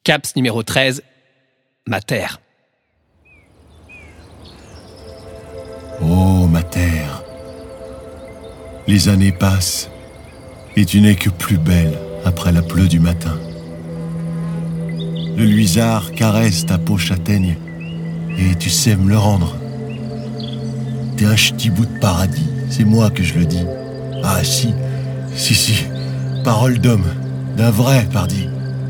Caps numéro 13, ma terre. Oh, ma terre. Les années passent, et tu n'es que plus belle après la pleue du matin. Le luisard caresse ta peau châtaigne, et tu sais me le rendre. T'es un ch'ti bout de paradis, c'est moi que je le dis. Ah si, parole d'homme, d'un vrai pardi.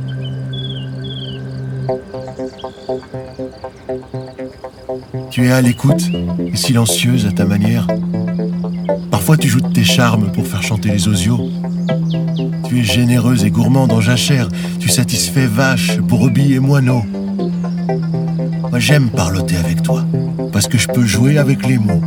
Tu es à l'écoute et silencieuse à ta manière. Parfois tu joues de tes charmes pour faire chanter les osios. Tu es généreuse et gourmande en jachère. Tu satisfais vaches, brebis et moineaux. Moi j'aime parloter avec toi, parce que je peux jouer avec les mots.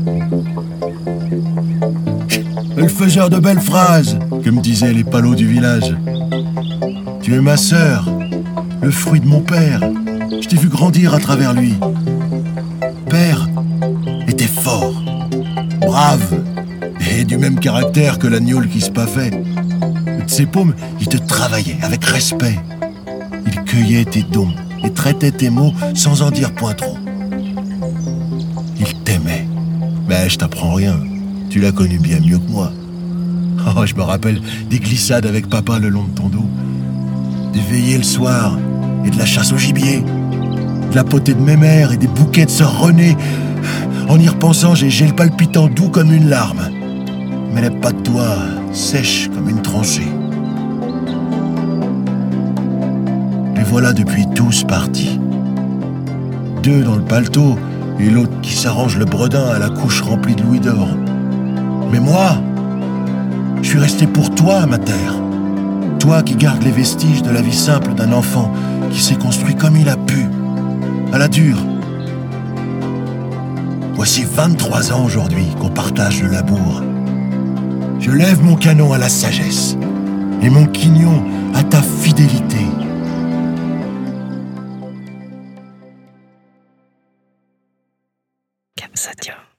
Le faiseur de belles phrases, comme disaient les palots du village. Tu es ma sœur, le fruit de mon père. Je t'ai vu grandir à travers lui. Père était fort, brave, et du même caractère que l'agneau qui se paffait. De ses paumes, il te travaillait avec respect. Il cueillait tes dons et traitait tes mots sans en dire point trop. Il t'aimait. Mais je t'apprends rien, tu l'as connu bien mieux que moi. Oh, je me rappelle des glissades avec papa le long de ton dos, des veillées le soir et de la chasse au gibier, de la potée de mes mères et des bouquets de sœur Renée. En y repensant, j'ai le palpitant doux comme une larme, mais les pas de doigts sèches comme une tranchée. Les voilà depuis tous partis. 2 dans le paletot et l'autre qui s'arrange le bredin à la couche remplie de louis d'or. Mais moi, je suis resté pour toi, ma terre. Toi qui gardes les vestiges de la vie simple d'un enfant qui s'est construit comme il a pu, à la dure. Voici 23 ans aujourd'hui qu'on partage le labour. Je lève mon canon à la sagesse et mon quignon à ta fidélité. Capsadia.